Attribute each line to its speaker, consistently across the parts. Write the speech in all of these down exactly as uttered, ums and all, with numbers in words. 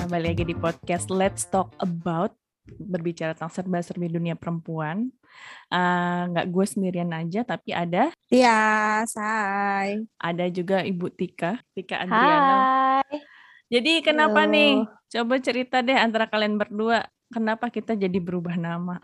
Speaker 1: balik lagi di podcast Let's Talk About, berbicara tentang serba-serbi dunia perempuan. Uh, nggak gue sendirian aja, tapi ada
Speaker 2: Iya, say.
Speaker 1: Ada juga Ibu Tika, Tika Andriana.
Speaker 2: Hai.
Speaker 1: Jadi kenapa
Speaker 2: Halo.
Speaker 1: nih? Coba cerita deh antara kalian berdua, kenapa kita jadi berubah nama?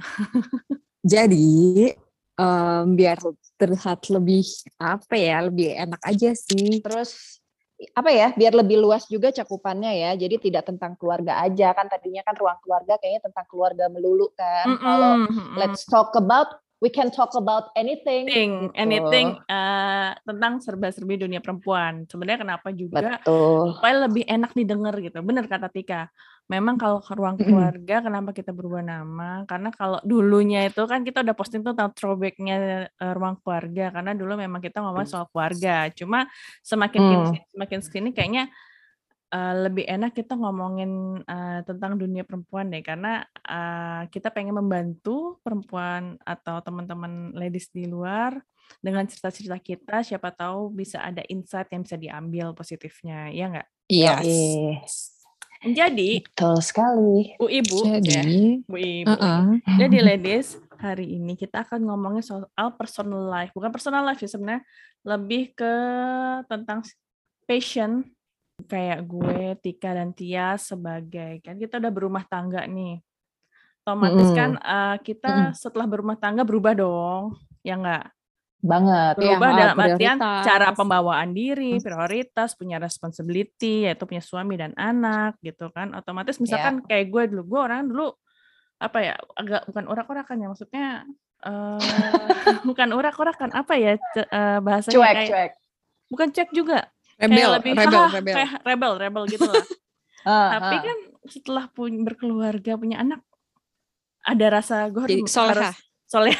Speaker 2: Jadi um, biar terlihat lebih apa ya, lebih enak aja sih.
Speaker 3: Terus apa ya, biar lebih luas juga cakupannya ya. Jadi tidak tentang keluarga aja, kan tadinya kan ruang keluarga kayaknya tentang keluarga melulu kan.
Speaker 1: Mm-mm,
Speaker 3: Kalau
Speaker 1: mm-mm.
Speaker 3: let's talk about, we can talk about anything.
Speaker 1: Anything,
Speaker 3: gitu.
Speaker 1: anything uh, tentang serba-serbi dunia perempuan. Sebenarnya kenapa juga
Speaker 3: Betul.
Speaker 1: supaya lebih enak didengar gitu. Benar kata Tika. Memang kalau ke ruang keluarga, kenapa kita berubah nama? Karena kalau dulunya itu kan kita udah posting tuh tentang throwback-nya uh, ruang keluarga. Karena dulu memang kita ngomong soal keluarga. Cuma semakin
Speaker 3: Hmm.
Speaker 1: kini, semakin sini kayaknya uh, lebih enak kita ngomongin uh, tentang dunia perempuan deh. Karena uh, kita pengen membantu perempuan atau teman-teman ladies di luar dengan cerita-cerita kita. Siapa tahu bisa ada insight yang bisa diambil positifnya. Ya nggak?
Speaker 2: Yes.
Speaker 1: Jadi,
Speaker 3: betul sekali.
Speaker 1: Bu Ibu,
Speaker 2: Jadi,
Speaker 1: ya, Bu Ibu.
Speaker 2: uh-uh.
Speaker 1: Jadi ladies, hari ini kita akan ngomongin soal personal life. Bukan personal life sih sebenarnya, lebih ke tentang passion. Kayak gue, Tika dan Tia sebagai, kan kita udah berumah tangga nih. Otomatis kan uh, kita setelah berumah tangga berubah dong, ya nggak?
Speaker 3: Banget.
Speaker 1: Berubah
Speaker 2: Ya,
Speaker 1: dalam artian
Speaker 2: prioritas.
Speaker 1: cara pembawaan diri, prioritas, punya responsibility, yaitu punya suami dan anak gitu kan. Otomatis misalkan
Speaker 3: Ya.
Speaker 1: kayak gue dulu, gue orang dulu apa ya, agak bukan urak-urakan ya, maksudnya uh, bukan urak-urakan, apa ya uh, bahasanya
Speaker 3: Cuek,
Speaker 1: kayak
Speaker 3: cuek.
Speaker 1: bukan cuek juga,
Speaker 2: Rebel,
Speaker 1: kayak lebih
Speaker 2: rebel,
Speaker 1: ah,
Speaker 2: rebel.
Speaker 1: kayak rebel, rebel gitu lah.
Speaker 3: uh,
Speaker 1: Tapi
Speaker 3: uh.
Speaker 1: kan setelah punya berkeluarga, punya anak, ada rasa gue
Speaker 2: Jadi,
Speaker 1: harus
Speaker 2: soleha.
Speaker 1: harus soleh.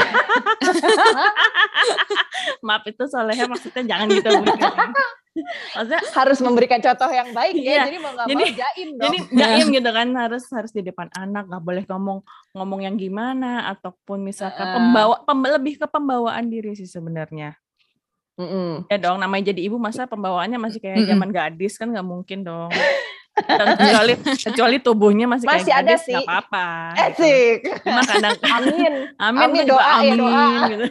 Speaker 1: Maaf, itu solehnya maksudnya jangan gitu. Maksudnya
Speaker 3: harus memberikan contoh yang baik ya.
Speaker 1: Iya,
Speaker 3: Jadi mau nggak
Speaker 1: jadi,
Speaker 3: mau jaim dong.
Speaker 1: Jadi jaim gitu kan, harus harus di depan anak, nggak boleh ngomong ngomong yang gimana, ataupun misalkan
Speaker 3: Uh-uh.
Speaker 1: pembawa pem, lebih ke pembawaan diri sih sebenarnya.
Speaker 3: Mm-mm.
Speaker 1: Ya dong, namanya jadi ibu masa pembawaannya masih kayak
Speaker 2: Mm-mm.
Speaker 1: zaman gadis kan nggak mungkin dong. kecuali kecuali tubuhnya masih,
Speaker 3: Masih
Speaker 1: kayak
Speaker 3: ada
Speaker 1: gadis
Speaker 3: sih.
Speaker 1: nggak apa-apa.
Speaker 3: Asik.
Speaker 1: Gitu. Cuma kadang
Speaker 3: amin,
Speaker 1: amin,
Speaker 3: amin
Speaker 1: juga
Speaker 3: doa
Speaker 1: amin,
Speaker 3: ya doa.
Speaker 1: Gitu.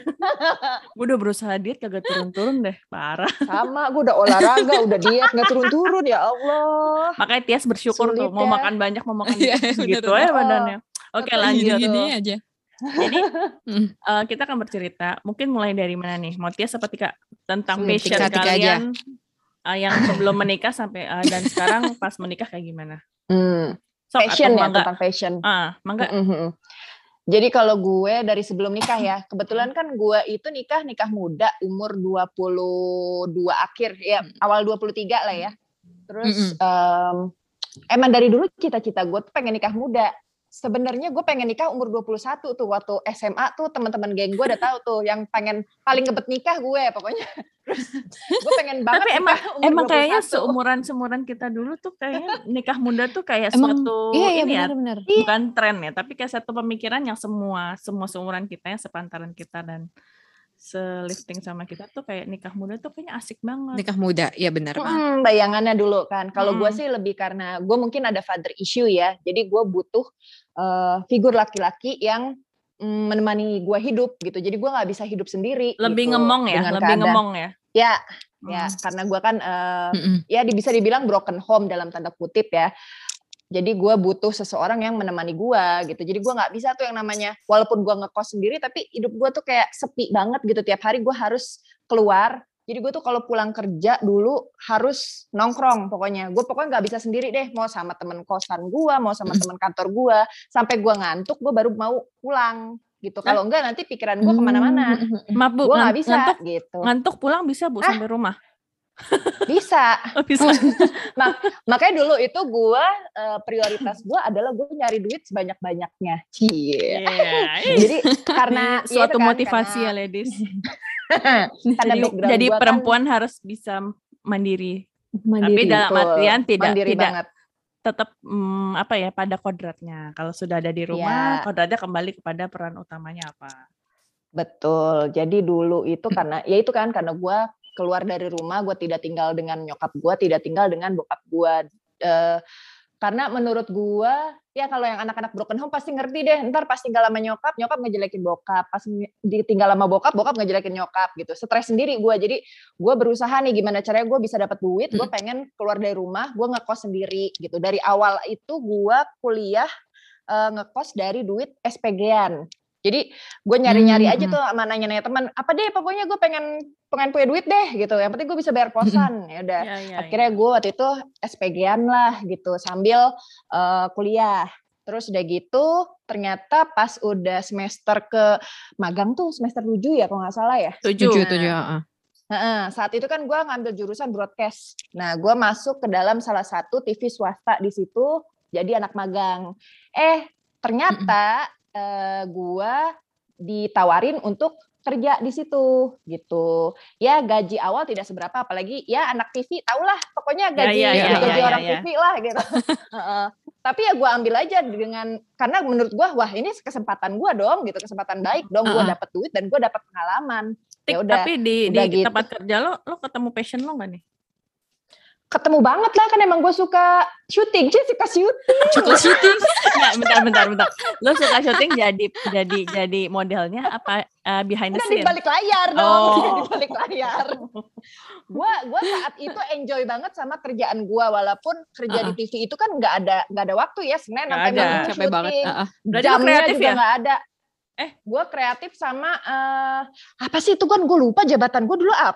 Speaker 1: Gue udah berusaha diet kagak turun-turun deh, parah.
Speaker 3: Sama, gue udah olahraga, udah diet nggak turun-turun ya Allah.
Speaker 1: Makanya Tias bersyukur
Speaker 3: Sulit
Speaker 1: tuh, mau
Speaker 3: ya.
Speaker 1: makan banyak, mau makan
Speaker 2: Iya,
Speaker 1: dikit, segitu
Speaker 2: bener-bener.
Speaker 1: aja badannya. Oke,
Speaker 3: Betul.
Speaker 1: lanjut.
Speaker 2: Gini-gini aja.
Speaker 1: Jadi uh, kita akan bercerita. Mungkin mulai dari mana nih? Mau Tias seperti Kak tentang
Speaker 3: Hmm,
Speaker 1: passion
Speaker 2: Tika-tika
Speaker 1: kalian uh, yang sebelum menikah sampai uh, dan sekarang pas menikah kayak gimana?
Speaker 3: Hmm.
Speaker 1: Sok,
Speaker 3: Passion
Speaker 1: atau
Speaker 3: ya,
Speaker 1: mangga?
Speaker 3: tentang passion.
Speaker 1: Ah, mangga.
Speaker 3: Mm-hmm. Jadi kalau gue dari sebelum nikah ya, kebetulan kan gue itu nikah nikah muda, umur dua puluh dua akhir, ya awal dua puluh tiga lah ya. Terus um, emang dari dulu cita-cita gue tuh pengen nikah muda. Sebenarnya gue pengen nikah umur dua puluh satu tuh, waktu S M A tuh teman-teman geng gue udah tahu tuh yang pengen paling ngebet nikah gue pokoknya. Terus gue pengen banget.
Speaker 1: Tapi emang
Speaker 3: umur
Speaker 1: emang
Speaker 3: dua puluh satu.
Speaker 1: Kayaknya seumuran-seumuran kita dulu tuh kayaknya nikah muda tuh kayak
Speaker 2: Emang,
Speaker 1: suatu
Speaker 2: iya, iya,
Speaker 1: ini
Speaker 2: benar-benar.
Speaker 1: ya, bukan tren ya, tapi kayak satu pemikiran yang semua semua seumuran kita, yang sepantaran kita dan selifting sama kita tuh kayak nikah muda tuh kayaknya asik banget.
Speaker 2: Nikah muda, ya benar banget.
Speaker 3: Hmm, bayangannya dulu kan. Kalau
Speaker 1: Hmm.
Speaker 3: gue sih lebih karena gue mungkin ada father issue ya. Jadi gue butuh uh, figur laki-laki yang mm, menemani gue hidup gitu. Jadi gue nggak bisa hidup sendiri.
Speaker 1: Lebih
Speaker 3: gitu,
Speaker 1: ngemong ya,
Speaker 3: dengan
Speaker 1: lebih
Speaker 3: keadaan.
Speaker 1: ngemong ya.
Speaker 3: Ya,
Speaker 1: Hmm.
Speaker 3: ya karena gue kan uh,
Speaker 2: Mm-mm.
Speaker 3: ya bisa dibilang broken home dalam tanda kutip ya. Jadi gue butuh seseorang yang menemani gue gitu. Jadi gue nggak bisa tuh yang namanya, walaupun gue ngekos sendiri, tapi hidup gue tuh kayak sepi banget gitu. Tiap hari gue harus keluar. Jadi gue tuh kalau pulang kerja dulu harus nongkrong pokoknya. Gue pokoknya nggak bisa sendiri deh. Mau sama temen kosan gue, mau sama temen kantor gue. Sampai gue ngantuk, gue baru mau pulang gitu. Kalau enggak nanti pikiran gue kemana-mana.
Speaker 1: Maaf Bu,
Speaker 3: Gue nggak
Speaker 1: ngan-
Speaker 3: bisa
Speaker 1: ngantuk,
Speaker 3: gitu.
Speaker 1: ngantuk pulang bisa Bu
Speaker 3: Hah?
Speaker 1: sampai rumah.
Speaker 3: Bisa.
Speaker 1: Oh, bisa.
Speaker 3: Nah, makanya dulu itu gue uh, prioritas gue adalah gue nyari duit sebanyak-banyaknya. Cie.
Speaker 1: Yeah.
Speaker 3: Jadi karena
Speaker 1: Ini suatu
Speaker 3: ya itu kan,
Speaker 1: motivasi
Speaker 3: karena,
Speaker 1: ya ladies.
Speaker 3: karena
Speaker 1: jadi
Speaker 3: background
Speaker 1: jadi
Speaker 3: gua
Speaker 1: perempuan kan, harus bisa mandiri.
Speaker 2: Mandiri.
Speaker 1: Tapi dalam
Speaker 3: betul,
Speaker 1: artian tidak
Speaker 3: mandiri
Speaker 1: tidak
Speaker 3: banget.
Speaker 1: tetap hmm, apa ya pada kodratnya. Kalau sudah ada di rumah,
Speaker 3: Ya.
Speaker 1: kodratnya kembali kepada peran utamanya apa.
Speaker 3: Betul. Jadi dulu itu karena ya itu kan karena gue keluar dari rumah, gue tidak tinggal dengan nyokap gue, tidak tinggal dengan bokap gue. Uh, Karena menurut gua, ya kalau yang anak-anak broken home pasti ngerti deh, ntar pas tinggal sama nyokap, nyokap ngejelekin bokap, pas ditinggal sama bokap, bokap ngejelekin nyokap gitu. Stres sendiri gua, jadi gua berusaha nih gimana caranya gua bisa dapat duit, gua pengen keluar dari rumah, gua ngekos sendiri gitu. Dari awal itu gua kuliah uh, ngekos dari duit S P G-an. Jadi gue nyari-nyari aja tuh sama nanya-nanya teman, apa deh pokoknya gue pengen pengen punya duit deh gitu. Yang penting gue bisa bayar kosan. Ya udah.
Speaker 1: Ya, ya,
Speaker 3: Akhirnya
Speaker 1: ya.
Speaker 3: gue waktu itu S P G-an lah gitu sambil uh, kuliah. Terus udah gitu ternyata pas udah semester ke magang tuh semester tujuh ya kalau nggak salah ya.
Speaker 2: Tujuh,
Speaker 3: Nah,
Speaker 2: tujuh. Uh.
Speaker 3: Nah, saat itu kan gue ngambil jurusan broadcast. Nah, gue masuk ke dalam salah satu T V swasta di situ jadi anak magang. Eh, ternyata Uh, gua ditawarin untuk kerja di situ gitu. Ya gaji awal tidak seberapa, apalagi ya anak T V tahulah pokoknya gaji
Speaker 1: ya, ya,
Speaker 3: gaji
Speaker 1: ya,
Speaker 3: orang
Speaker 1: ya, ya.
Speaker 3: T V lah gitu. uh, tapi ya gua ambil aja dengan karena menurut gua wah ini kesempatan gua dong gitu, kesempatan baik dong, gua dapat duit dan gua dapat pengalaman. Ya udah.
Speaker 1: Tapi di,
Speaker 3: udah
Speaker 1: di
Speaker 3: gitu.
Speaker 1: tempat kerja lo, lo ketemu passion lo nggak nih?
Speaker 3: Ketemu banget lah, kan emang gue suka syuting, sih suka syuting.
Speaker 2: Suka syuting.
Speaker 1: Nggak, bentar, bentar, bentar. Lo suka syuting jadi jadi jadi modelnya apa uh, behind the
Speaker 3: Udah
Speaker 1: scene?
Speaker 3: di balik layar dong,
Speaker 1: Oh.
Speaker 3: di balik layar. Gue gue saat itu enjoy banget sama kerjaan gue, walaupun kerja uh-uh. di T V itu kan nggak ada nggak ada waktu ya, Senin sampai Minggu syuting. Banget. Uh-uh. Jamnya juga
Speaker 1: ya?
Speaker 3: nggak ada. Eh, gue kreatif sama uh, apa sih itu kan gue lupa jabatan gue dulu apa.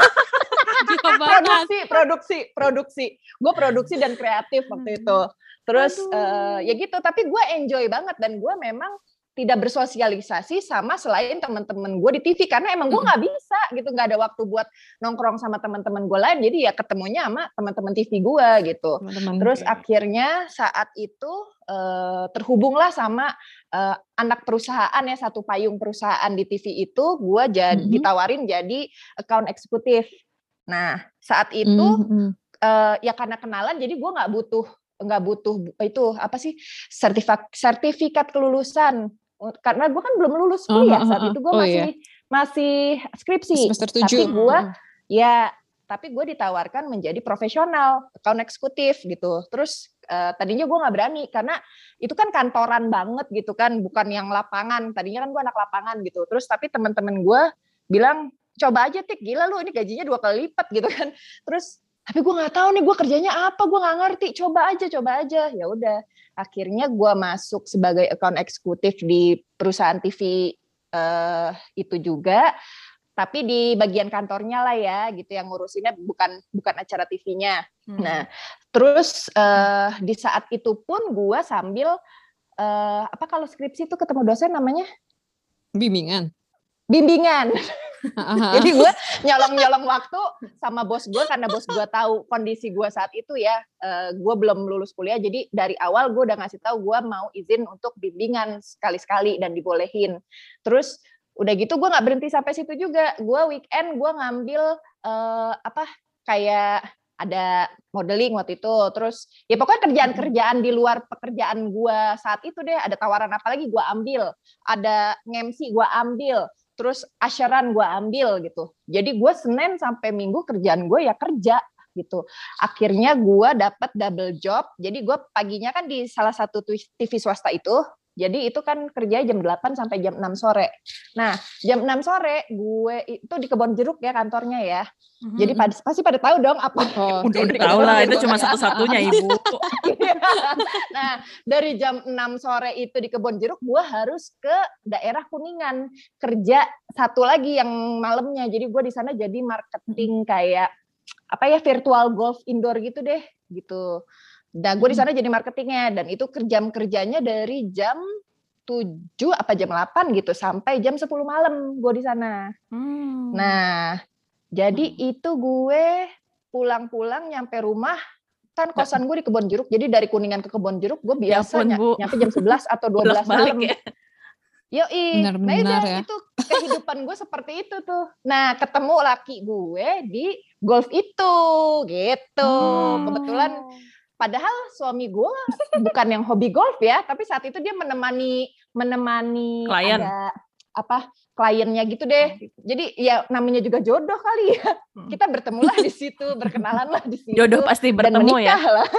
Speaker 3: produksi, produksi, produksi. Gue produksi dan kreatif waktu itu. Terus uh, ya gitu, tapi gue enjoy banget dan gue memang tidak bersosialisasi sama selain teman-teman gue di T V karena emang gue nggak bisa gitu, nggak ada waktu buat nongkrong sama teman-teman gue lain. Jadi ya ketemunya sama teman-teman T V gue gitu. Teman-teman, terus okay. Akhirnya saat itu uh, terhubunglah sama uh, anak perusahaan ya, satu payung perusahaan di T V itu, gue jadi mm-hmm. ditawarin jadi account eksekutif. Nah saat itu mm-hmm. uh, ya karena kenalan jadi gue nggak butuh nggak butuh itu apa sih sertifikat sertifikat kelulusan karena gue kan belum lulus kuliah uh, uh, uh, saat itu gue oh, masih iya. masih skripsi semester tujuh. Tapi gue uh. ya tapi gue ditawarkan menjadi profesional account eksekutif gitu. Terus uh, tadinya gue nggak berani karena itu kan kantoran banget gitu kan, bukan yang lapangan. Tadinya kan gue anak lapangan gitu. Terus tapi teman-teman gue bilang coba aja Tik, gila lu ini gajinya dua kali lipat gitu kan. Terus tapi gue nggak tahu nih gue kerjanya apa, gue nggak ngerti. Coba aja, coba aja. Ya udah, akhirnya gue masuk sebagai account eksekutif di perusahaan T V uh, itu juga. Tapi di bagian kantornya lah ya, gitu yang ngurusinnya bukan bukan acara T V-nya. Hmm. Nah, terus uh, di saat itu pun gue sambil uh, apa kalau skripsi itu ketemu dosen namanya?
Speaker 2: Bimbingan.
Speaker 3: Bimbingan. Jadi gue nyolong-nyolong waktu sama bos gue karena bos gue tahu kondisi gue saat itu ya, uh, gue belum lulus kuliah, jadi dari awal gue udah ngasih tahu gue mau izin untuk bimbingan sekali-sekali dan dibolehin. Terus udah gitu gue nggak berhenti sampai situ juga, gue weekend gue ngambil uh, apa kayak ada modeling waktu itu, terus ya pokoknya kerjaan-kerjaan di luar pekerjaan gue saat itu deh, ada tawaran apa lagi gue ambil, ada nge-M C gue ambil. Terus asyaran gue ambil gitu. Jadi gue Senin sampai Minggu kerjaan gue ya kerja gitu. Akhirnya gue dapat double job. Jadi gue paginya kan di salah satu T V swasta itu. Jadi itu kan kerja jam delapan sampai jam enam sore. Nah jam enam sore gue itu di Kebon Jeruk ya kantornya ya. Mm-hmm. Jadi pasti, pasti pada tahu dong apa.
Speaker 1: Oh, udah udah tahu lah, itu cuma satu-satunya Ibu.
Speaker 3: Nah dari jam enam sore itu di Kebon Jeruk gue harus ke daerah Kuningan kerja satu lagi yang malamnya. Jadi gue di sana jadi marketing kayak apa ya virtual golf indoor gitu deh gitu. Nah, gue di sana jadi marketingnya dan itu jam kerjanya dari jam tujuh apa jam delapan gitu sampai jam sepuluh malam gue di sana. Hmm. Nah, jadi hmm. itu gue pulang-pulang nyampe rumah kan kosan gue di Kebon Jeruk. Jadi dari Kuningan ke Kebon Jeruk gue biasa ya pun, nyampe jam sebelas atau dua belas malam. Ya. Yoi, nah itu, ya. Itu kehidupan gue seperti itu tuh. Nah, ketemu laki gue di golf itu gitu. Hmm. Kebetulan padahal suami gue bukan yang hobi golf ya, tapi saat itu dia menemani menemani
Speaker 1: klien.
Speaker 3: Ada apa kliennya gitu deh. Jadi ya namanya juga jodoh kali ya. Kita bertemulah di situ, berkenalan lah di situ.
Speaker 1: Jodoh pasti bertemu
Speaker 3: dan menikah
Speaker 1: ya.
Speaker 3: Lah.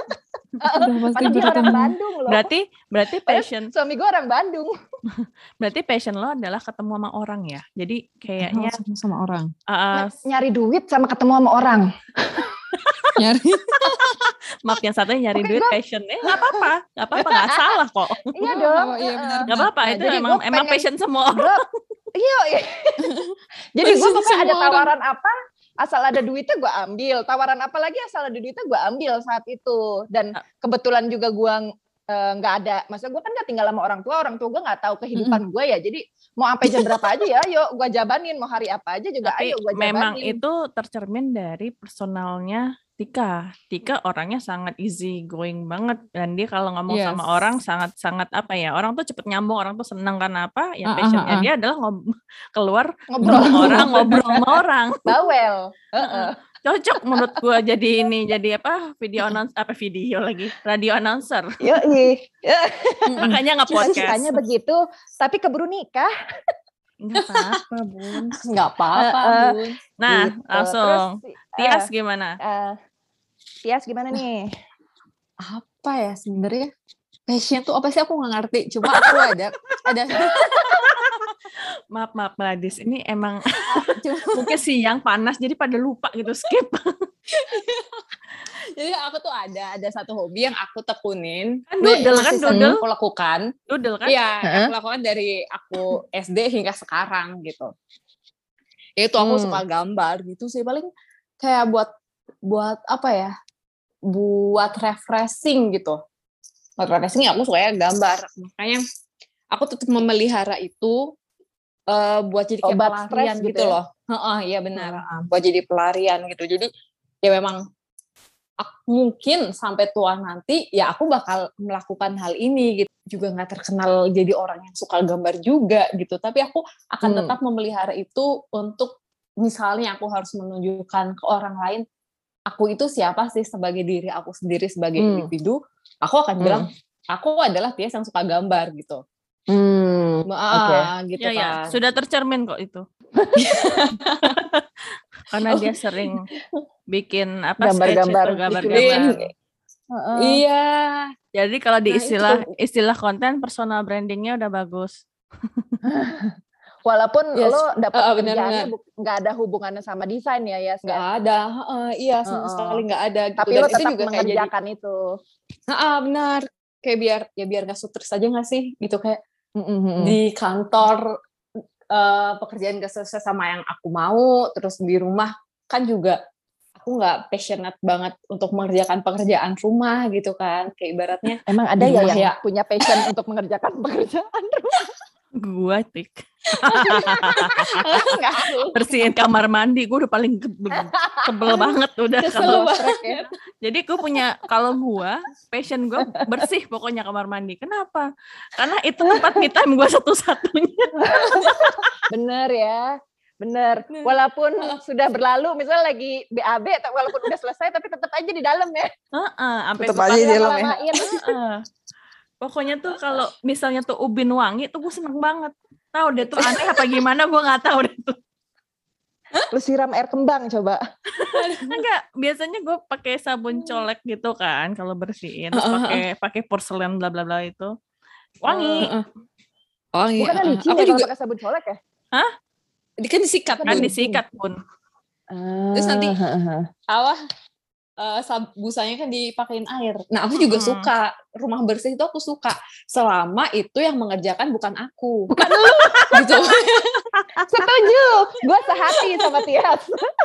Speaker 2: Udah pasti
Speaker 3: Padahal dia orang
Speaker 2: bertemu.
Speaker 3: Bandung loh.
Speaker 1: Berarti berarti passion
Speaker 3: Suami gue orang Bandung.
Speaker 1: berarti passion lo adalah ketemu sama orang ya. Jadi kayaknya
Speaker 2: Sama sama orang.
Speaker 1: uh,
Speaker 3: Nyari duit sama ketemu sama orang.
Speaker 2: Nyari.
Speaker 1: maaf yang satunya nyari
Speaker 3: Oke,
Speaker 1: duit
Speaker 3: gua-
Speaker 1: passion. Eh nggak apa-apa, nggak apa-apa, nggak salah kok.
Speaker 3: Iya dong.
Speaker 2: Oh, iya, benar.
Speaker 1: Nggak apa-apa,
Speaker 3: Nah,
Speaker 1: itu
Speaker 3: jadi
Speaker 1: emang
Speaker 3: gua
Speaker 1: emang
Speaker 3: pengen-
Speaker 1: passion semua orang.
Speaker 3: Bro, iya. iya. Jadi gue
Speaker 2: Passion
Speaker 3: pokoknya ada
Speaker 2: semua orang.
Speaker 3: tawaran apa, asal ada duitnya gue ambil. Tawaran apa lagi asal ada duitnya gue ambil saat itu. Dan kebetulan juga gue eh, nggak ada, maksudnya gue kan nggak tinggal sama orang tua, orang tua gue nggak tahu kehidupan gue ya. Jadi mau sampai jam berapa aja ya, yuk gue jabanin. Mau hari apa aja juga,
Speaker 1: Tapi
Speaker 3: ayo gue jabanin.
Speaker 1: memang itu tercermin dari personalnya Tika. Tika orangnya sangat easy going banget dan dia kalau ngomong
Speaker 2: Yes.
Speaker 1: sama orang sangat-sangat apa ya, orang tuh cepet nyambung, orang tuh senang karena apa? Ya
Speaker 2: Ah, ah,
Speaker 1: passionnya
Speaker 2: ah.
Speaker 1: dia adalah ngob- keluar
Speaker 3: Ngobrol
Speaker 1: sama orang, ngobrol sama orang.
Speaker 3: bawel. Heeh.
Speaker 1: Cocok menurut gua jadi ini, jadi apa? Video announce apa video lagi? Radio announcer.
Speaker 3: Yoi.
Speaker 1: Makanya nge-podcast.
Speaker 3: Cita-citanya begitu, tapi keburu nikah.
Speaker 1: Enggak apa-apa, Bun.
Speaker 2: Nggak apa-apa,
Speaker 3: Eh, eh.
Speaker 2: Bun.
Speaker 1: Nah,
Speaker 3: Gitu.
Speaker 1: langsung.
Speaker 3: Terus,
Speaker 1: Tias
Speaker 3: eh,
Speaker 1: gimana?
Speaker 3: eh, Tias gimana nih?
Speaker 2: Apa ya sebenarnya? Passion tuh apa sih, aku nggak ngerti. Cuma aku ada ada
Speaker 1: Maaf, maaf, Gladys. Ini emang
Speaker 2: cuma,
Speaker 1: mungkin siang panas, jadi pada lupa gitu, skip.
Speaker 2: jadi aku tuh ada ada satu hobi yang aku tekunin.
Speaker 1: Kan doodle,
Speaker 2: Masih
Speaker 1: kan
Speaker 2: sering
Speaker 1: doodle.
Speaker 2: Aku lakukan.
Speaker 1: Doodle kan?
Speaker 2: Iya,
Speaker 3: Heeh.
Speaker 2: aku lakukan dari aku S D hingga sekarang gitu. Itu aku
Speaker 3: Hmm.
Speaker 2: suka gambar gitu sih, paling kayak buat buat apa ya? Buat refreshing gitu. Buat refreshing aku sukanya gambar. Makanya aku tetap memelihara itu eh, buat jadi kayak
Speaker 3: Obat
Speaker 2: pelarian
Speaker 3: stres
Speaker 2: gitu,
Speaker 3: gitu ya?
Speaker 2: loh. Heeh, iya benar. Heeh, buat jadi pelarian gitu. Jadi ya memang aku mungkin sampai tua nanti ya aku bakal melakukan hal ini gitu. Juga nggak terkenal jadi orang yang suka gambar juga gitu. Tapi aku akan
Speaker 3: Hmm.
Speaker 2: tetap memelihara itu untuk misalnya aku harus menunjukkan ke orang lain aku itu siapa sih sebagai diri aku sendiri sebagai
Speaker 3: Hmm.
Speaker 2: individu. Aku akan
Speaker 3: Hmm.
Speaker 2: bilang aku adalah Tias yang suka gambar gitu.
Speaker 3: Hmm.
Speaker 2: Ah, gitu
Speaker 1: Ya, ya,
Speaker 2: kan.
Speaker 1: sudah tercermin kok itu. Karena dia sering bikin apa
Speaker 3: Gambar-gambar,
Speaker 1: sketch itu, gambar-gambar.
Speaker 2: bikin.
Speaker 3: Heeh.
Speaker 2: Iya.
Speaker 1: Jadi kalau di
Speaker 2: Nah,
Speaker 1: istilah
Speaker 2: itu.
Speaker 1: istilah konten personal brandingnya udah bagus.
Speaker 3: Walaupun
Speaker 2: Yes.
Speaker 3: lo dapat
Speaker 2: Uh,
Speaker 3: kerjaannya
Speaker 2: benar-benar.
Speaker 3: bu- nggak ada hubungannya sama desain ya, ya.
Speaker 2: Nggak ada, heeh, iya sama
Speaker 3: Heeh.
Speaker 2: sekali nggak ada. Gitu.
Speaker 3: Tapi
Speaker 2: Dan
Speaker 3: lo
Speaker 2: itu
Speaker 3: tetap
Speaker 2: juga kayak jadi,
Speaker 3: mengerjakan itu.
Speaker 2: nah, benar, kayak biar ya biar nggak stres aja nggak sih, gitu kayak
Speaker 3: Mm-mm.
Speaker 2: di kantor eh, pekerjaan gak selesai sama yang aku mau, terus di rumah kan juga aku nggak passionate banget untuk mengerjakan pekerjaan rumah gitu kan, kayak ibaratnya
Speaker 3: Emang ada
Speaker 2: di
Speaker 3: ya
Speaker 2: rumah
Speaker 3: yang
Speaker 2: ya.
Speaker 3: punya passion untuk mengerjakan pekerjaan rumah?
Speaker 1: Gua tik
Speaker 3: Nggak aku.
Speaker 1: bersihin kamar mandi, gue udah paling ke- sebel banget udah.
Speaker 2: Kesel
Speaker 1: Kalau-
Speaker 2: banget.
Speaker 3: ya.
Speaker 1: Jadi gue punya, kalau gua passion gue bersih pokoknya kamar mandi. Kenapa? Karena itu tempat me time gue satu-satunya.
Speaker 3: Bener ya. Bener. Walaupun sudah berlalu, misalnya lagi B A B, tak- walaupun udah selesai, tapi tetap aja di dalam ya.
Speaker 1: Heeh, sampai
Speaker 2: Tetep
Speaker 1: gua
Speaker 2: aja di
Speaker 1: pakai-
Speaker 2: dalam ya.
Speaker 3: Lama-lamain.
Speaker 1: Heeh. Pokoknya tuh kalau misalnya tuh ubin wangi tuh gue seneng banget. Tahu deh tuh aneh apa gimana gue nggak tahu deh tuh.
Speaker 3: Lu siram air kembang coba.
Speaker 1: Enggak, biasanya gue pakai sabun colek gitu kan kalau bersihin, terus pakai pakai porselen bla bla bla itu. Wangi.
Speaker 2: Heeh. Oh iya.
Speaker 3: Bukannya
Speaker 2: heeh.
Speaker 3: licin
Speaker 2: Aku
Speaker 3: ya kalau
Speaker 2: juga
Speaker 3: pakai sabun colek ya?
Speaker 2: kan disikat
Speaker 3: Bukan
Speaker 1: Kan
Speaker 2: Bun.
Speaker 1: disikat pun.
Speaker 2: Terus nanti
Speaker 3: Ah,
Speaker 2: apa eh, sab- busanya kan dipakein air. Nah aku juga
Speaker 1: Mm.
Speaker 2: suka rumah bersih itu, aku suka selama itu yang mengerjakan bukan aku.
Speaker 3: Bukan lu.
Speaker 2: Gitu.
Speaker 3: Setuju. Gue sehati sama Tias.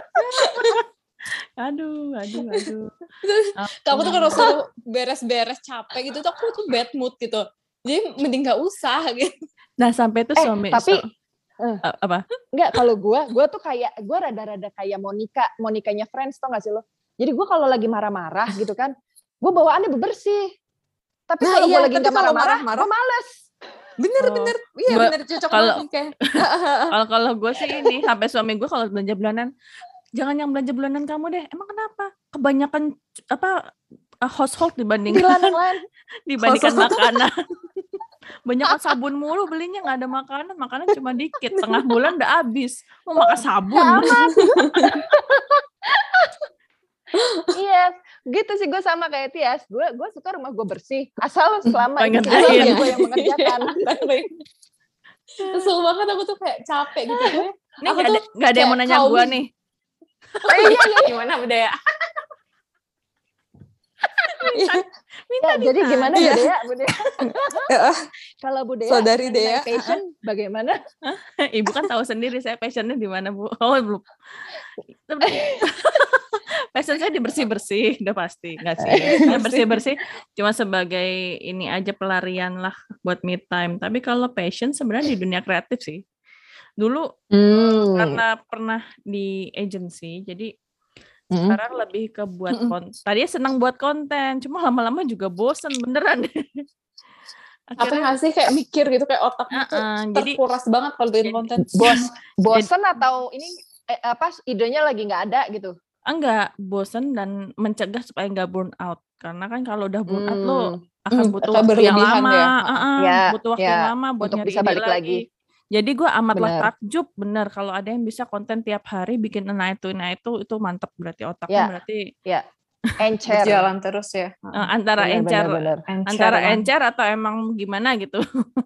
Speaker 1: Aduh, aduh, aduh.
Speaker 2: Aku tuh kalau suruh beres-beres capek gitu tuh aku tuh bad mood gitu. Jadi mending gak usah gitu.
Speaker 1: Nah sampai tuh
Speaker 3: Eh,
Speaker 1: suami
Speaker 3: tapi-
Speaker 1: su-
Speaker 3: eh.
Speaker 1: A- apa?
Speaker 3: Enggak, kalau gue, gue tuh kayak, gue rada-rada kayak Monica, Monikanya Friends, tau gak sih lo? Jadi gue kalau lagi marah-marah gitu kan, gue bawaannya bebersih. Tapi
Speaker 2: Nah,
Speaker 3: kalau
Speaker 2: iya,
Speaker 3: gue lagi
Speaker 2: tapi
Speaker 3: gak
Speaker 2: kalau
Speaker 3: marah-marah,
Speaker 2: marah-marah-
Speaker 3: gue males.
Speaker 2: Bener-bener. Iya
Speaker 1: Gua-
Speaker 2: bener cocok
Speaker 1: kalau-
Speaker 2: banget kayak.
Speaker 1: Kalau kalau gue sih ini sampai suami gue kalau belanja bulanan, jangan yang belanja bulanan kamu deh. Emang kenapa? Kebanyakan apa uh, household dibandingkan
Speaker 3: Dilan yang lain.
Speaker 1: dibandingkan
Speaker 2: Household.
Speaker 1: makanan. Banyak sabun mulu belinya, nggak ada makanan, makanan cuma dikit, tengah bulan udah habis. Mau makan sabun.
Speaker 3: Iya, gitu sih gue sama kayak Tias. Gue gue suka rumah gue bersih, asal selama itu
Speaker 1: Pengertian.
Speaker 3: tidak gue yang mengerjakan.
Speaker 2: Kesel banget aku tuh kayak capek gitu gue.
Speaker 1: Ini
Speaker 2: Aku
Speaker 1: nggak ada
Speaker 2: tuh
Speaker 1: nggak ada yang mau
Speaker 2: kayak
Speaker 1: nanya
Speaker 2: kaum-
Speaker 1: gue nih.
Speaker 3: Oh iya, iya.
Speaker 2: Gimana Budaya?
Speaker 1: Minta
Speaker 3: Ya, jadi
Speaker 1: ditanya.
Speaker 3: gimana
Speaker 2: Iya.
Speaker 3: Budaya? Budaya? Kalau Budaya
Speaker 2: Saudari
Speaker 3: mengenai
Speaker 2: Dea,
Speaker 3: passion bagaimana?
Speaker 1: Ibu kan tahu sendiri saya passionnya di mana, Bu. Oh, belum. Passion saya di bersih-bersih, udah pasti. Enggak sih. Saya bersih-bersih cuma sebagai ini aja pelarian lah buat me time. Tapi kalau passion sebenarnya di dunia kreatif sih. Dulu
Speaker 3: Hmm.
Speaker 1: karena pernah di agency, jadi
Speaker 3: Hmm.
Speaker 1: sekarang lebih ke buat
Speaker 2: Mm-mm.
Speaker 1: konten. Tadinya senang buat konten, cuma lama-lama juga bosen beneran.
Speaker 2: Apa
Speaker 1: Akhirnya
Speaker 2: nggak sih kayak mikir gitu kayak otaknya tuh
Speaker 1: Uh-uh, jadi-
Speaker 2: terkuras banget kalau bikin
Speaker 1: jadi-
Speaker 2: konten.
Speaker 3: Bos, bosen atau ini eh, apa idenya lagi nggak ada gitu?
Speaker 1: enggak bosen dan mencegah supaya nggak burn out. Karena kan kalau udah burn out lo
Speaker 3: Hmm.
Speaker 1: akan
Speaker 2: Hmm,
Speaker 1: butuh
Speaker 2: atau
Speaker 1: waktu yang
Speaker 2: berlebihan
Speaker 1: lama,
Speaker 2: ya.
Speaker 1: uh-uh,
Speaker 3: Ya,
Speaker 1: butuh waktu
Speaker 3: ya,
Speaker 1: yang lama buat
Speaker 3: untuk
Speaker 1: nyari
Speaker 3: bisa
Speaker 1: ide
Speaker 3: balik lagi.
Speaker 1: Jadi gue amatlah
Speaker 3: Benar.
Speaker 1: takjub bener kalau ada yang bisa konten tiap hari bikin nah itu nah itu itu mantep berarti otaknya
Speaker 3: Ya.
Speaker 1: berarti
Speaker 3: Ya, encer.
Speaker 2: Berjalan terus ya.
Speaker 1: uh, antara
Speaker 3: Benar,
Speaker 1: encer
Speaker 3: benar, benar.
Speaker 1: antara
Speaker 2: emang.
Speaker 1: encer atau emang gimana gitu.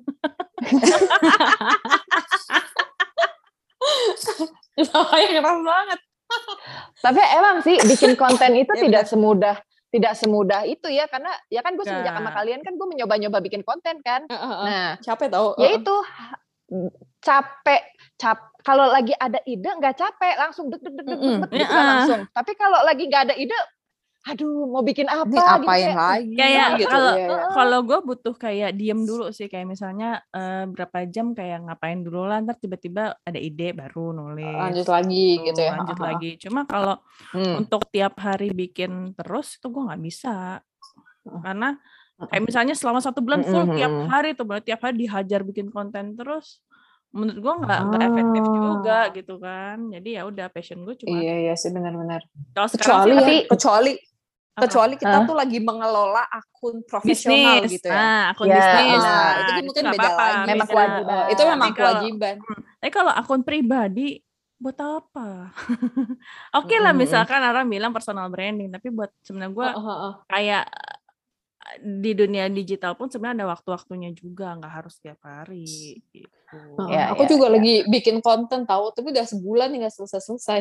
Speaker 2: Yang keras banget.
Speaker 3: Tapi emang sih bikin konten itu
Speaker 2: Ya,
Speaker 3: tidak
Speaker 2: benar.
Speaker 3: semudah tidak semudah itu ya, karena ya kan gue semenjak sama
Speaker 1: Enggak.
Speaker 3: kalian kan gue mencoba-nyoba bikin konten kan. Nah,
Speaker 2: Capek tau.
Speaker 3: ya itu capek cap kalau lagi ada ide nggak capek, langsung deg deg deg deg
Speaker 2: Mm-mm.
Speaker 3: deg gitu
Speaker 1: Ya,
Speaker 3: kan
Speaker 1: ah.
Speaker 3: langsung. Tapi kalau lagi nggak ada ide, aduh mau bikin apa
Speaker 2: Ini
Speaker 3: gitu
Speaker 2: apain
Speaker 3: kayak,
Speaker 2: lagi
Speaker 1: Kayak
Speaker 2: gitu.
Speaker 1: kalau
Speaker 2: ya, ya.
Speaker 1: kalau gue butuh kayak diem dulu sih, kayak misalnya eh, berapa jam kayak ngapain dulu lah, ntar tiba-tiba ada ide baru nulis.
Speaker 2: Lanjut lagi
Speaker 1: Tuh,
Speaker 2: gitu ya.
Speaker 1: lanjut
Speaker 2: Ha, ha, ha.
Speaker 1: lagi. Cuma kalau
Speaker 3: Hmm.
Speaker 1: untuk tiap hari bikin terus itu gue nggak bisa. Karena
Speaker 2: Uh-uh.
Speaker 1: kayak misalnya selama satu bulan full
Speaker 3: Mm-mm.
Speaker 1: tiap hari tuh, berarti tiap hari dihajar bikin konten terus. Menurut gue nggak nggak
Speaker 3: Ah.
Speaker 1: efektif juga gitu kan. Jadi ya udah passion gue cuma.
Speaker 2: Iya iya sih benar-benar.
Speaker 1: Kalau sekarang
Speaker 2: Kecuali
Speaker 1: sih
Speaker 2: ya,
Speaker 1: lebih-
Speaker 2: kecuali
Speaker 1: apa?
Speaker 2: kecuali kita
Speaker 3: Hah?
Speaker 2: tuh lagi mengelola akun profesional
Speaker 1: bisnis,
Speaker 2: gitu ya.
Speaker 1: nah akun
Speaker 3: Ya,
Speaker 1: bisnis,
Speaker 3: benar.
Speaker 1: nah,
Speaker 2: Itu mungkin
Speaker 1: nggak
Speaker 2: beda
Speaker 1: apa-apa,
Speaker 2: lagi.
Speaker 3: Memang
Speaker 1: beda.
Speaker 3: kewajiban.
Speaker 2: Oh, itu memang
Speaker 1: Tapi kalau-
Speaker 2: kewajiban.
Speaker 1: Tapi kalau akun pribadi buat apa? Oke lah
Speaker 3: Mm-mm.
Speaker 1: misalkan orang bilang personal branding, tapi buat sebenarnya gue
Speaker 2: Oh, oh, oh.
Speaker 1: kayak di dunia digital pun sebenarnya ada waktu-waktunya juga, nggak harus tiap hari gitu.
Speaker 2: Oh,
Speaker 3: Ya,
Speaker 2: aku
Speaker 3: ya,
Speaker 2: juga
Speaker 3: ya.
Speaker 2: lagi bikin konten tahu, tapi udah sebulan nih nggak selesai-selesai.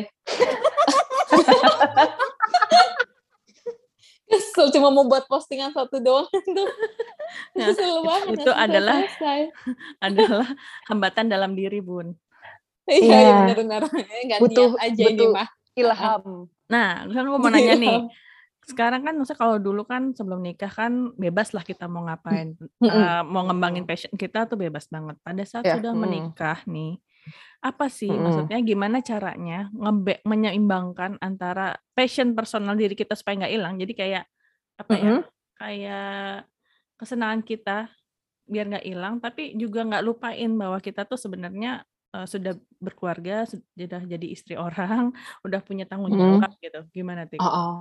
Speaker 2: Kesel cuma mau buat postingan satu doang tuh.
Speaker 1: Nah,
Speaker 2: Kesel banget.
Speaker 1: itu
Speaker 2: nggak
Speaker 1: adalah
Speaker 2: selesai.
Speaker 1: adalah hambatan dalam diri, Bun.
Speaker 2: Iya,
Speaker 3: Iya.
Speaker 2: iya benar-benar. Nggak
Speaker 3: Butuh-
Speaker 2: niat aja ini
Speaker 3: butuh-
Speaker 2: mah.
Speaker 3: Ilham.
Speaker 1: Nah, kan gue mau nanya nih. Sekarang kan maksudnya kalau dulu kan sebelum nikah kan bebas lah kita mau ngapain. Uh, mau ngembangin passion kita tuh bebas banget. Pada saat
Speaker 2: Ya,
Speaker 1: sudah
Speaker 3: mm.
Speaker 1: menikah nih, apa sih
Speaker 3: Mm-mm.
Speaker 1: maksudnya gimana caranya ngebe- menyeimbangkan antara passion personal diri kita supaya nggak hilang. Jadi kayak apa ya?
Speaker 3: Mm-mm.
Speaker 1: Kayak kesenangan kita biar nggak hilang, tapi juga nggak lupain bahwa kita tuh sebenarnya uh, sudah berkeluarga, sudah jadi istri orang, udah punya tanggung
Speaker 3: Mm.
Speaker 1: jawab gitu. Gimana Tik?
Speaker 2: Oh, oh.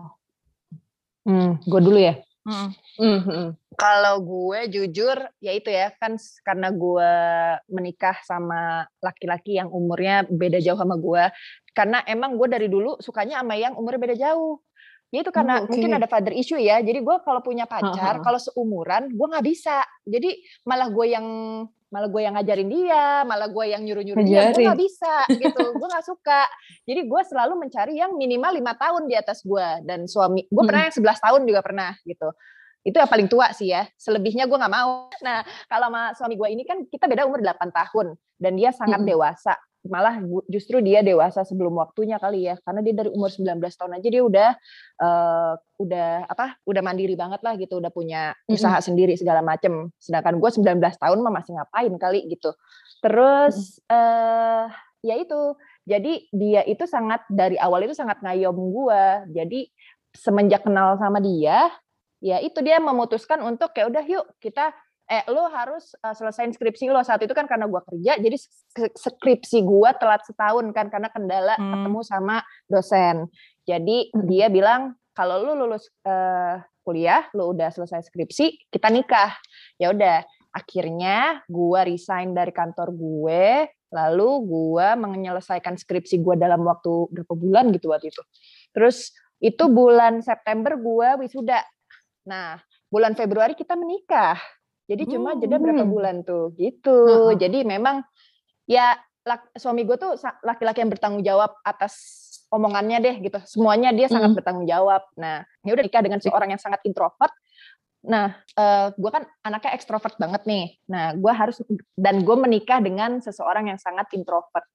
Speaker 3: Hmm, gue dulu ya.
Speaker 1: Mm-mm.
Speaker 2: Mm, mm.
Speaker 3: Kalau gue jujur, ya itu ya kan s- karena gue menikah sama laki-laki yang umurnya beda jauh sama gue. Karena emang gue dari dulu sukanya sama yang umurnya beda jauh. Ya itu karena
Speaker 2: Oh, oke.
Speaker 3: mungkin ada father issue ya. Jadi gue kalau punya pacar,
Speaker 2: Ha, ha.
Speaker 3: kalau seumuran gue nggak bisa. Jadi malah gue yang malah gue yang ngajarin dia, malah gue yang nyuruh-nyuruh dia. Gue
Speaker 2: Ngajarin.
Speaker 3: nggak bisa gitu. Gue nggak suka. Jadi gue selalu mencari yang minimal lima tahun di atas gue. Dan suami gue
Speaker 2: Hmm.
Speaker 3: pernah yang sebelas tahun juga pernah gitu. Itu yang paling tua sih ya. Selebihnya gue nggak mau. Nah kalau sama suami gue ini kan kita beda umur delapan tahun dan dia sangat
Speaker 2: Mm-mm.
Speaker 3: dewasa. Malah gu- justru dia dewasa sebelum waktunya kali ya. Karena dia dari umur sembilan belas tahun aja dia udah eh, udah apa? Udah mandiri banget lah gitu. Udah punya usaha sendiri segala macem. Sedangkan gue sembilan belas tahun mah masih ngapain kali gitu. Terus eh ya itu. Jadi dia itu sangat dari awal itu sangat ngayom gue. Jadi semenjak kenal sama dia, ya itu dia memutuskan untuk ya udah yuk kita eh lo harus uh, selesaiin skripsi lo. Saat itu kan karena gue kerja jadi sk- skripsi gue telat setahun kan karena kendala
Speaker 1: Hmm.
Speaker 3: ketemu sama dosen. Jadi
Speaker 2: Hmm.
Speaker 3: dia bilang kalau lo lulus uh, kuliah lo udah selesai skripsi kita nikah. Ya udah akhirnya gue resign dari kantor gue, lalu gue menyelesaikan skripsi gue dalam waktu berapa bulan gitu waktu itu. Terus Itu bulan September gue wisuda. Nah, bulan Februari kita menikah. Jadi cuma jeda berapa
Speaker 2: Hmm.
Speaker 3: bulan tuh, gitu.
Speaker 2: Uh-uh.
Speaker 3: Jadi memang ya lak- suami gue tuh sa- laki-laki yang bertanggung jawab atas omongannya deh gitu. Semuanya dia sangat
Speaker 2: Mm.
Speaker 3: bertanggung jawab. Nah, ya udah nikah dengan seorang yang sangat introvert. Nah, eh, gue kan anaknya ekstrovert banget nih. Nah, gue harus dan gue menikah dengan seseorang yang sangat introvert.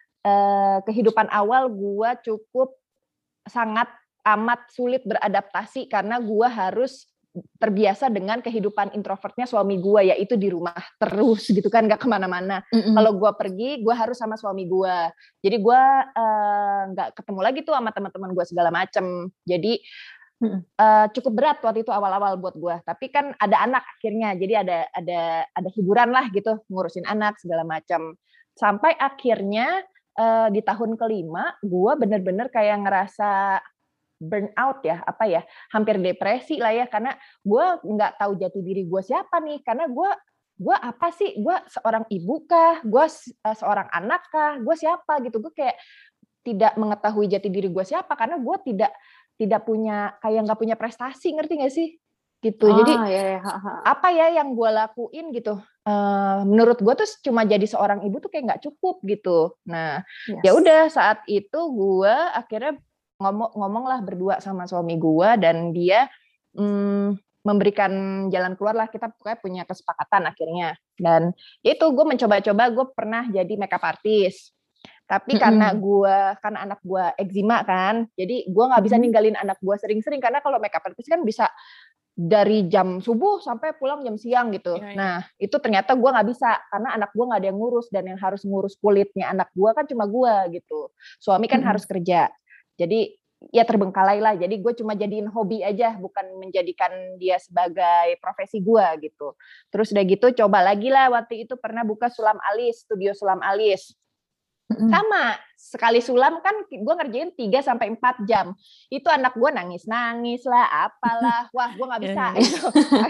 Speaker 3: Eh, kehidupan awal gue cukup sangat amat sulit beradaptasi karena gue harus terbiasa dengan kehidupan introvertnya suami gue, yaitu di rumah terus gitu kan, gak kemana-mana.
Speaker 2: Mm-mm.
Speaker 3: Kalau gue pergi, gue harus sama suami gue. Jadi gue uh, gak ketemu lagi tuh sama teman-teman gue segala macem. Jadi uh, cukup berat waktu itu awal-awal buat gue. Tapi kan ada anak akhirnya, jadi ada ada ada hiburan lah gitu, ngurusin anak segala macam. Sampai akhirnya uh, di tahun kelima, gue bener-bener kayak ngerasa burnout ya, apa ya, hampir depresi lah ya, karena gue nggak tahu jati diri gue siapa nih, karena gue gue apa sih, gue seorang ibu kah, gue uh, seorang anak kah, gue siapa gitu, gue kayak tidak mengetahui jati diri gue siapa, karena gue tidak tidak punya kayak nggak punya prestasi, ngerti nggak sih? Gitu.
Speaker 2: Ah,
Speaker 3: Jadi
Speaker 2: ya, ya.
Speaker 3: apa ya yang gue lakuin gitu? Uh, menurut gue tuh cuma jadi seorang ibu tuh kayak nggak cukup gitu. Nah, yes. Ya udah saat itu gue akhirnya ngomong ngomonglah berdua sama suami gue dan dia mm, memberikan jalan keluar lah, kita pokoknya punya kesepakatan akhirnya. Dan itu gue mencoba-coba, gue pernah jadi makeup artist, tapi mm-hmm. karena gue karena anak gue eczema kan, jadi gue nggak bisa ninggalin anak gue sering-sering, karena kalau makeup artist kan bisa dari jam subuh sampai pulang jam siang gitu. Ya, ya. Nah itu ternyata gue nggak bisa karena anak gue nggak ada yang ngurus, dan yang harus ngurus kulitnya anak gue kan cuma gue gitu. Suami kan mm-hmm. harus kerja. Jadi ya terbengkalai lah. Jadi gue cuma jadiin hobi aja, bukan menjadikan dia sebagai profesi gue gitu. Terus udah gitu coba lagi lah, waktu itu pernah buka sulam alis, studio sulam alis. Mm-hmm. Sama, sekali sulam kan gue ngerjain tiga sampai empat jam. Itu anak gue nangis-nangis lah, apalah. Wah, gue gak bisa. Gitu.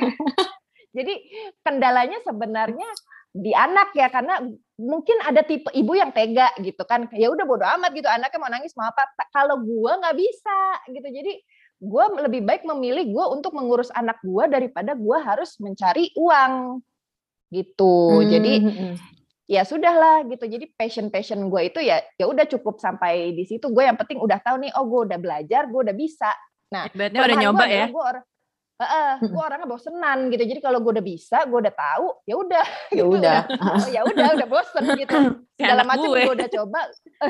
Speaker 3: Jadi kendalanya sebenarnya di anak ya, karena mungkin ada tipe ibu yang tega gitu kan, ya udah bodo amat gitu, anaknya mau nangis mau apa. Kalau gue nggak bisa gitu, jadi gue lebih baik memilih gue untuk mengurus anak gue daripada gue harus mencari uang gitu. Mm-hmm. Jadi ya sudahlah gitu. Jadi passion passion gue itu ya ya udah cukup sampai di situ. Gue yang penting udah tahu nih, oh gue udah belajar, gue udah bisa. Nah,
Speaker 1: berarti udah nyoba ya.
Speaker 3: Gue orang Uh, gue orangnya bosenan gitu, jadi kalau gue udah bisa, gue udah tahu, ya udah,
Speaker 2: ya udah,
Speaker 3: oh, ya udah, udah bosen gitu, segala macam gue udah coba,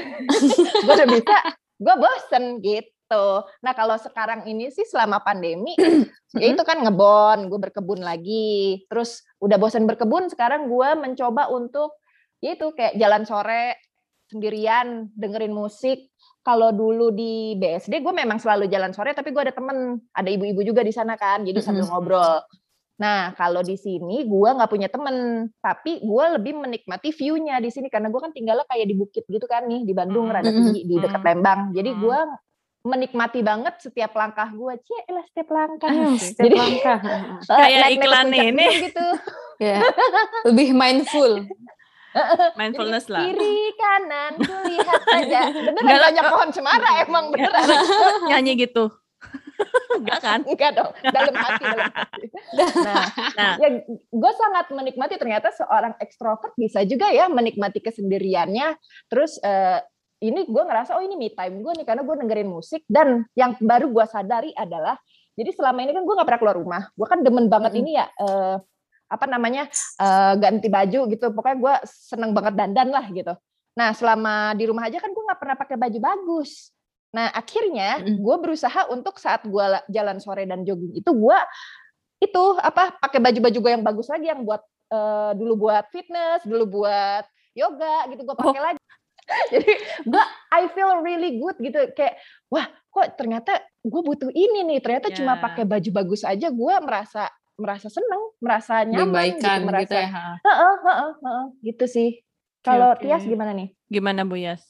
Speaker 3: gue udah bisa, gue bosen gitu. Nah kalau sekarang ini sih selama pandemi, ya itu kan ngebon, gue berkebun lagi, terus udah bosen berkebun, sekarang gue mencoba untuk, ya itu kayak jalan sore sendirian, dengerin musik. Kalau dulu di B S D gue memang selalu jalan sore, tapi gue ada temen, ada ibu-ibu juga di sana kan, jadi sambil mm-hmm. ngobrol. Nah kalau di sini gue nggak punya temen, tapi gue lebih menikmati view-nya di sini, karena gue kan tinggalnya kayak di bukit gitu kan nih, di Bandung mm-hmm. rada tinggi, di dekat Lembang. Jadi gue menikmati banget setiap langkah gue, cie lah setiap langkah.
Speaker 2: Ah, setiap
Speaker 3: jadi
Speaker 2: langkah.
Speaker 1: Kayak iklan ini.
Speaker 3: Gitu.
Speaker 2: Ya, lebih mindful.
Speaker 1: Mindfulness
Speaker 3: jadi,
Speaker 1: lah.
Speaker 3: Kiri kanan kulihat saja. Beneran banyak pohon cemara emang beneran.
Speaker 1: Nyanyi gitu. Enggak kan?
Speaker 3: Enggak dong. Dalam hati, dalam hati. Nah, nah. Ya, gue sangat menikmati, ternyata seorang ekstrovert bisa juga ya menikmati kesendiriannya. Terus uh, ini gue ngerasa oh ini me time gue nih, karena gue dengerin musik. Dan yang baru gue sadari adalah, jadi selama ini kan gue gak pernah keluar rumah. Gue kan demen banget mm-hmm. ini ya. Uh, apa namanya uh, ganti baju gitu, pokoknya gue seneng banget dandan lah gitu. Nah selama di rumah aja kan gue nggak pernah pakai baju bagus. Nah akhirnya mm. gue berusaha untuk saat gue jalan sore dan jogging itu gue itu apa pakai baju-baju gue yang bagus lagi, yang buat uh, dulu buat fitness, dulu buat yoga gitu, gue pakai oh. lagi. Jadi gue I feel really good gitu, kayak wah kok ternyata gue butuh ini nih, ternyata yeah. cuma pakai baju bagus aja gue merasa merasa seneng, merasa nyaman gitu, merasa
Speaker 2: gitu ya.
Speaker 3: Heeh, heeh, heeh, gitu sih. Kalau okay, okay. Tias gimana nih?
Speaker 1: Gimana Bu Yas?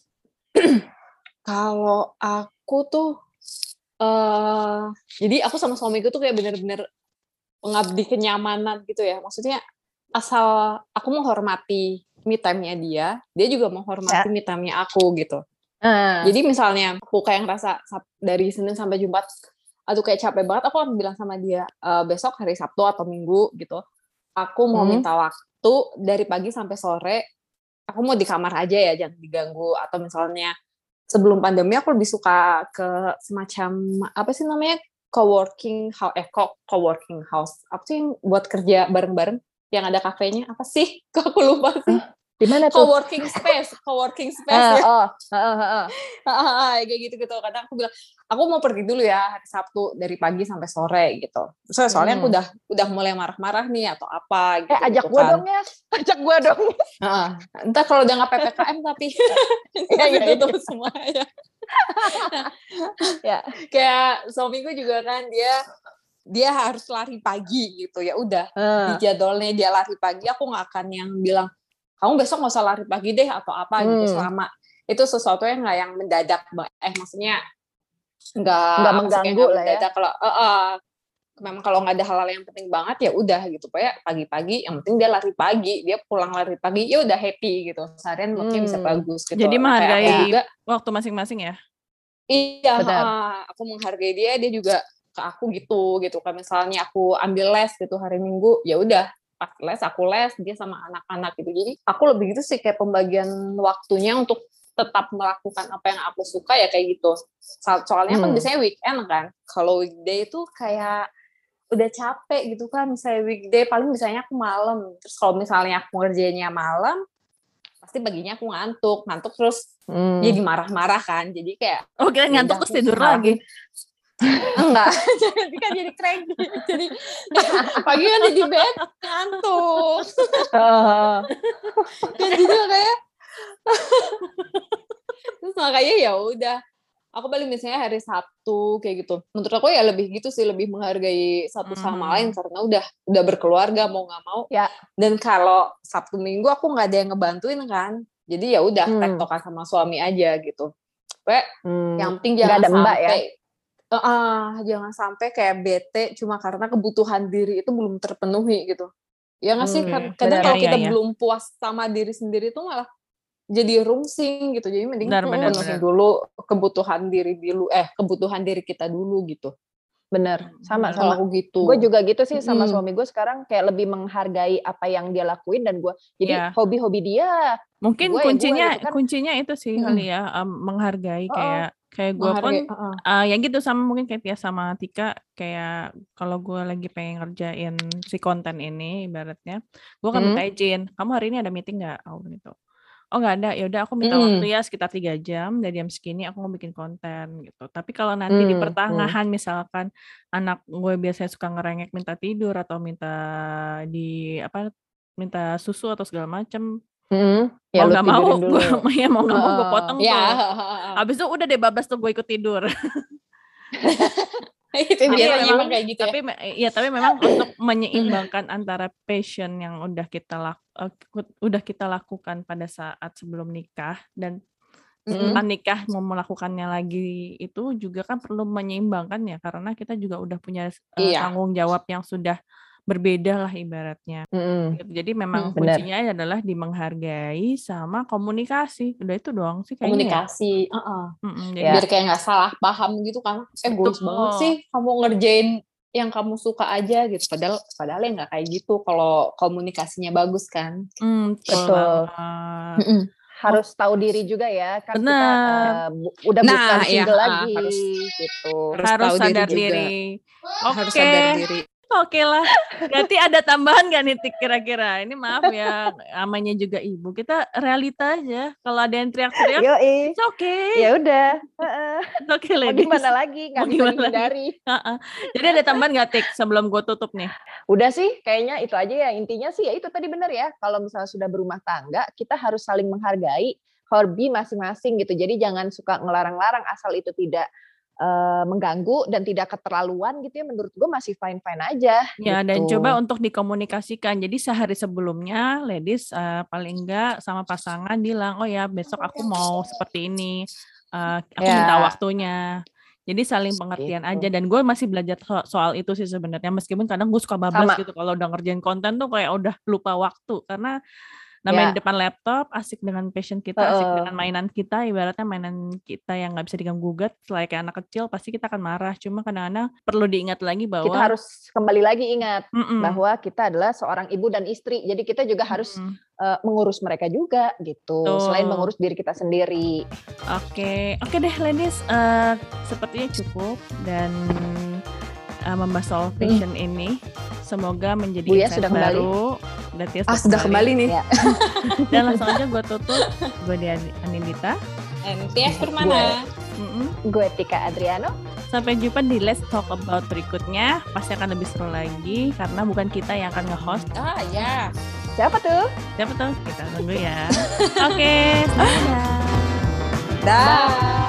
Speaker 2: Kalau aku tuh uh, jadi aku sama suamiku tuh kayak bener-bener pengabdi kenyamanan gitu ya. Maksudnya asal aku menghormati me time-nya dia, dia juga menghormati ya. me time-nya aku gitu.
Speaker 3: Ah.
Speaker 2: Jadi misalnya aku kayak ngerasa dari Senin sampai Jumat, aduh kayak capek banget, aku akan bilang sama dia, e, besok hari Sabtu atau Minggu gitu, aku mau
Speaker 3: Hmm.
Speaker 2: minta waktu dari pagi sampai sore, aku mau di kamar aja ya, jangan diganggu. Atau misalnya sebelum pandemi aku lebih suka ke semacam apa sih namanya, co-working house, eh co- co-working house, apa sih yang buat kerja bareng-bareng, yang ada kafenya, apa sih? Kok aku lupa sih?
Speaker 3: Huh? Di mana tuh?
Speaker 2: Co-working space, co-working space
Speaker 3: Ah,
Speaker 2: ya.
Speaker 3: oh, heeh, heeh.
Speaker 2: Kayak gitu-gitu. Kadang aku bilang, aku mau pergi dulu ya hari Sabtu dari pagi sampai sore gitu. So, soalnya aku
Speaker 3: Hmm.
Speaker 2: udah udah mulai marah-marah nih atau apa gitu.
Speaker 3: Eh ajak
Speaker 2: gitu
Speaker 3: gue
Speaker 2: kan.
Speaker 3: dong ya, ajak gue dong.
Speaker 2: Heeh. Entar kalau udah nggak P P K M tapi
Speaker 3: Iya, iya,
Speaker 2: tutup
Speaker 3: iya.
Speaker 2: semua ya.
Speaker 3: Ya.
Speaker 2: Kayak suamiku juga kan dia dia harus lari pagi gitu, ya udah
Speaker 3: Ah.
Speaker 2: di jadwalnya dia lari pagi, aku nggak akan yang bilang kamu besok nggak usah lari pagi deh atau apa gitu,
Speaker 3: Hmm.
Speaker 2: selama itu sesuatu yang nggak yang mendadak, eh maksudnya nggak
Speaker 3: Nggak
Speaker 2: apa sih, kayak
Speaker 3: mengganggu
Speaker 2: nggak
Speaker 3: lah ya.
Speaker 2: mendadak. Kalau uh, uh, memang kalau nggak ada hal-hal yang penting banget ya udah gitu, kayak pagi-pagi yang penting dia lari pagi, dia pulang lari pagi ya udah happy gitu, seharian moodnya bisa
Speaker 3: Hmm.
Speaker 2: bagus gitu.
Speaker 1: Jadi
Speaker 2: Nah, kayak aku
Speaker 1: menghargai
Speaker 2: juga
Speaker 1: waktu masing-masing ya.
Speaker 2: iya,
Speaker 3: Benar.
Speaker 2: uh, aku menghargai dia, dia juga ke aku gitu gitu. Kayak misalnya aku ambil les gitu hari Minggu, ya udah pas les aku les, dia sama anak-anak gitu. Jadi aku lebih gitu sih, kayak pembagian waktunya untuk tetap melakukan apa yang aku suka ya kayak gitu. So- soalnya kan
Speaker 3: Hmm.
Speaker 2: biasanya weekend kan, kalau weekday itu kayak udah capek gitu kan. Misalnya weekday paling misalnya aku malam, terus kalau misalnya aku ngerjainnya malam, pasti paginya aku ngantuk, ngantuk terus
Speaker 3: Hmm.
Speaker 2: jadi marah-marah kan. Jadi kayak
Speaker 1: Oh, kira
Speaker 2: ya
Speaker 1: ngantuk
Speaker 2: udah
Speaker 1: terus
Speaker 2: aku
Speaker 1: tidur
Speaker 2: ngalahin.
Speaker 1: lagi.
Speaker 2: Enggak, jadi kan jadi cranky. Jadi pagi kan jadi bed ngantuk.
Speaker 3: Ah.
Speaker 2: Dan jadi kayak terus makanya ya udah. Aku paling misalnya hari Sabtu kayak gitu. Menurut aku ya lebih gitu sih, lebih menghargai satu sama lain
Speaker 1: Mhm.
Speaker 2: karena udah udah berkeluarga mau nggak mau.
Speaker 3: Ya.
Speaker 2: Dan kalau Sabtu Minggu aku nggak ada yang ngebantuin kan. Jadi ya udah
Speaker 3: Hmm.
Speaker 2: tektokan sama suami aja gitu. Kayak
Speaker 3: Hmm.
Speaker 2: yang penting
Speaker 3: Nggak
Speaker 2: jangan
Speaker 3: ada mbak ya.
Speaker 2: sampai Uh, uh, jangan sampai kayak bete cuma karena kebutuhan diri itu belum terpenuhi gitu. Ya nggak sih?
Speaker 3: Hmm.
Speaker 2: Kadang
Speaker 3: Benar.
Speaker 2: kalau
Speaker 1: Iya,
Speaker 2: kita
Speaker 1: iya, iya.
Speaker 2: belum puas sama diri sendiri itu malah jadi rungsing gitu. Jadi mending
Speaker 1: Benar, benar,
Speaker 2: penuhin
Speaker 1: benar.
Speaker 2: dulu kebutuhan diri dulu, eh kebutuhan diri kita dulu gitu.
Speaker 3: Bener, sama
Speaker 1: Benar.
Speaker 2: Kalau
Speaker 3: sama.
Speaker 2: aku gitu.
Speaker 3: Gue juga gitu sih sama
Speaker 2: Mm-mm.
Speaker 3: suami gue sekarang, kayak lebih menghargai apa yang dia lakuin dan gue. Jadi
Speaker 1: Iya.
Speaker 3: hobi-hobi dia,
Speaker 1: Mungkin
Speaker 3: gue ya gue
Speaker 1: kuncinya
Speaker 3: gitu kan.
Speaker 1: kuncinya itu sih
Speaker 2: Mm-mm.
Speaker 1: kali ya, em, menghargai
Speaker 3: Oh, oh.
Speaker 1: kayak kayak gue pun
Speaker 2: Menghargai. Uh-uh.
Speaker 1: eh, ya gitu sama mungkin kayak Tia sama Tika, kayak kalau gue lagi pengen ngerjain si konten ini ibaratnya, gue akan minta
Speaker 3: Hmm.
Speaker 1: izin, kamu hari ini ada meeting nggak? Oh gitu. Oh nggak ada, ya udah aku minta
Speaker 2: Mm-mm.
Speaker 1: waktu ya sekitar tiga jam, dari jam segini aku mau bikin konten gitu. Tapi kalau nanti di
Speaker 3: Hmm. Hmm.
Speaker 1: pertengahan misalkan anak gue biasanya suka ngerengek minta tidur atau minta di apa minta susu atau segala macem,
Speaker 3: Hmm. Ya
Speaker 1: mau
Speaker 3: lu
Speaker 1: nggak mau
Speaker 3: tidurin
Speaker 1: gue
Speaker 3: dulu.
Speaker 1: ya mau nggak mau gue
Speaker 3: Heeh.
Speaker 1: potong
Speaker 2: Ya.
Speaker 1: tuh. Habis itu udah deh bablas tuh gue ikut tidur.
Speaker 2: Itu
Speaker 1: Tapi
Speaker 2: biasanya
Speaker 1: memang
Speaker 2: emang kayak gitu ya.
Speaker 1: tapi me- ya tapi memang untuk menyeimbangkan antara passion yang udah kita lak, eh, ku- udah kita lakukan pada saat sebelum nikah dan
Speaker 2: Mm-mm.
Speaker 1: setelah nikah mau melakukannya lagi itu juga kan perlu menyeimbangkan ya, karena kita juga udah punya eh,
Speaker 2: Iya.
Speaker 1: tanggung jawab yang sudah berbeda lah ibaratnya.
Speaker 3: Hmm.
Speaker 1: Gitu. Jadi memang
Speaker 2: Hmm.
Speaker 3: Bener.
Speaker 1: kuncinya adalah di menghargai sama komunikasi. Udah itu doang sih kayaknya ya.
Speaker 2: Komunikasi. Uh-uh.
Speaker 1: Mm-mm,
Speaker 3: Ya.
Speaker 1: jadi
Speaker 2: Biar kayak nggak salah paham gitu kan. Egois
Speaker 1: betul.
Speaker 2: banget sih kamu ngerjain yang kamu suka aja gitu. Padahal padahal ya nggak kayak gitu kalau komunikasinya bagus kan.
Speaker 1: Hmm, betul
Speaker 3: Betul.
Speaker 1: banget.
Speaker 2: Mm-mm.
Speaker 3: Harus tahu diri juga ya, kan kita
Speaker 1: Bener.
Speaker 3: eh, bu- udah
Speaker 2: Nah,
Speaker 3: bukan
Speaker 2: iya,
Speaker 3: single
Speaker 2: ah,
Speaker 3: lagi
Speaker 2: harus
Speaker 3: gitu.
Speaker 2: harus
Speaker 1: Harus
Speaker 2: tahu diri
Speaker 1: sadar
Speaker 2: juga.
Speaker 1: diri.
Speaker 2: Harus
Speaker 1: Oke,
Speaker 2: sadar diri.
Speaker 1: oke lah. Berarti ada tambahan gak nih Tik kira-kira? Ini maaf ya, namanya juga ibu. Kita realita aja. Kalau ada yang teriak-teriak,
Speaker 3: Yoi.
Speaker 1: it's okay.
Speaker 3: Ya udah. Heeh.
Speaker 1: It's okay
Speaker 3: Mau
Speaker 1: ladies.
Speaker 3: gimana lagi? Nggak
Speaker 1: Mau
Speaker 3: bisa
Speaker 1: gimana lagi?
Speaker 3: dihindari.
Speaker 1: Ha-ha. Jadi ada tambahan gak Tik sebelum gue tutup nih?
Speaker 3: Udah sih, kayaknya itu aja ya. Intinya sih ya itu tadi benar ya. Kalau misalnya sudah berumah tangga, kita harus saling menghargai hobi masing-masing gitu. Jadi jangan suka ngelarang-larang asal itu tidak eh, mengganggu dan tidak keterlaluan gitu ya. Menurut gue masih fine-fine aja.
Speaker 1: Ya,
Speaker 3: gitu.
Speaker 1: dan coba untuk dikomunikasikan. Jadi sehari sebelumnya, ladies uh, paling enggak sama pasangan bilang, oh ya besok aku mau seperti ini. Uh, aku
Speaker 3: Ya.
Speaker 1: minta waktunya. Jadi saling pengertian
Speaker 3: Gitu.
Speaker 1: aja. Dan gue masih belajar so- soal itu sih sebenarnya. Meskipun kadang gue suka bablas
Speaker 3: Sama.
Speaker 1: gitu. Kalau udah ngerjain konten tuh kayak udah lupa waktu. Karena namanya
Speaker 3: Ya.
Speaker 1: di depan laptop, asik dengan passion kita, asik
Speaker 3: Heeh.
Speaker 1: dengan mainan kita, ibaratnya mainan kita yang nggak bisa diganggu-gugat, selain kayak anak kecil pasti kita akan marah. Cuma kadang-kadang perlu diingat lagi
Speaker 3: Kita
Speaker 1: bahwa
Speaker 3: harus kembali lagi ingat
Speaker 1: Mm-mm.
Speaker 3: bahwa kita adalah seorang ibu dan istri. Jadi kita juga harus
Speaker 1: Mm-mm.
Speaker 3: uh, mengurus mereka juga gitu. Selain
Speaker 1: Tuh.
Speaker 3: mengurus diri kita sendiri.
Speaker 1: Oke, oke deh ladies, eh, sepertinya cukup dan eh, membahas soal passion ini. Semoga menjadi
Speaker 3: Buya
Speaker 1: insight
Speaker 3: sudah kembali?
Speaker 1: baru. Dan Tia
Speaker 2: Ah sudah kembali nih.
Speaker 3: Ya.
Speaker 1: Dan langsung aja gue tutup. Gue Dia Anindita.
Speaker 2: And Tias Permana.
Speaker 1: Mm-mm.
Speaker 3: Gue Tika Adriano.
Speaker 1: Sampai jumpa di Let's Talk About berikutnya. Pasti akan lebih seru lagi karena bukan kita yang akan nge-host.
Speaker 2: Ah ya.
Speaker 3: Siapa tuh?
Speaker 1: Siapa tuh? Kita tunggu ya. Oke, selamat.
Speaker 2: Dah.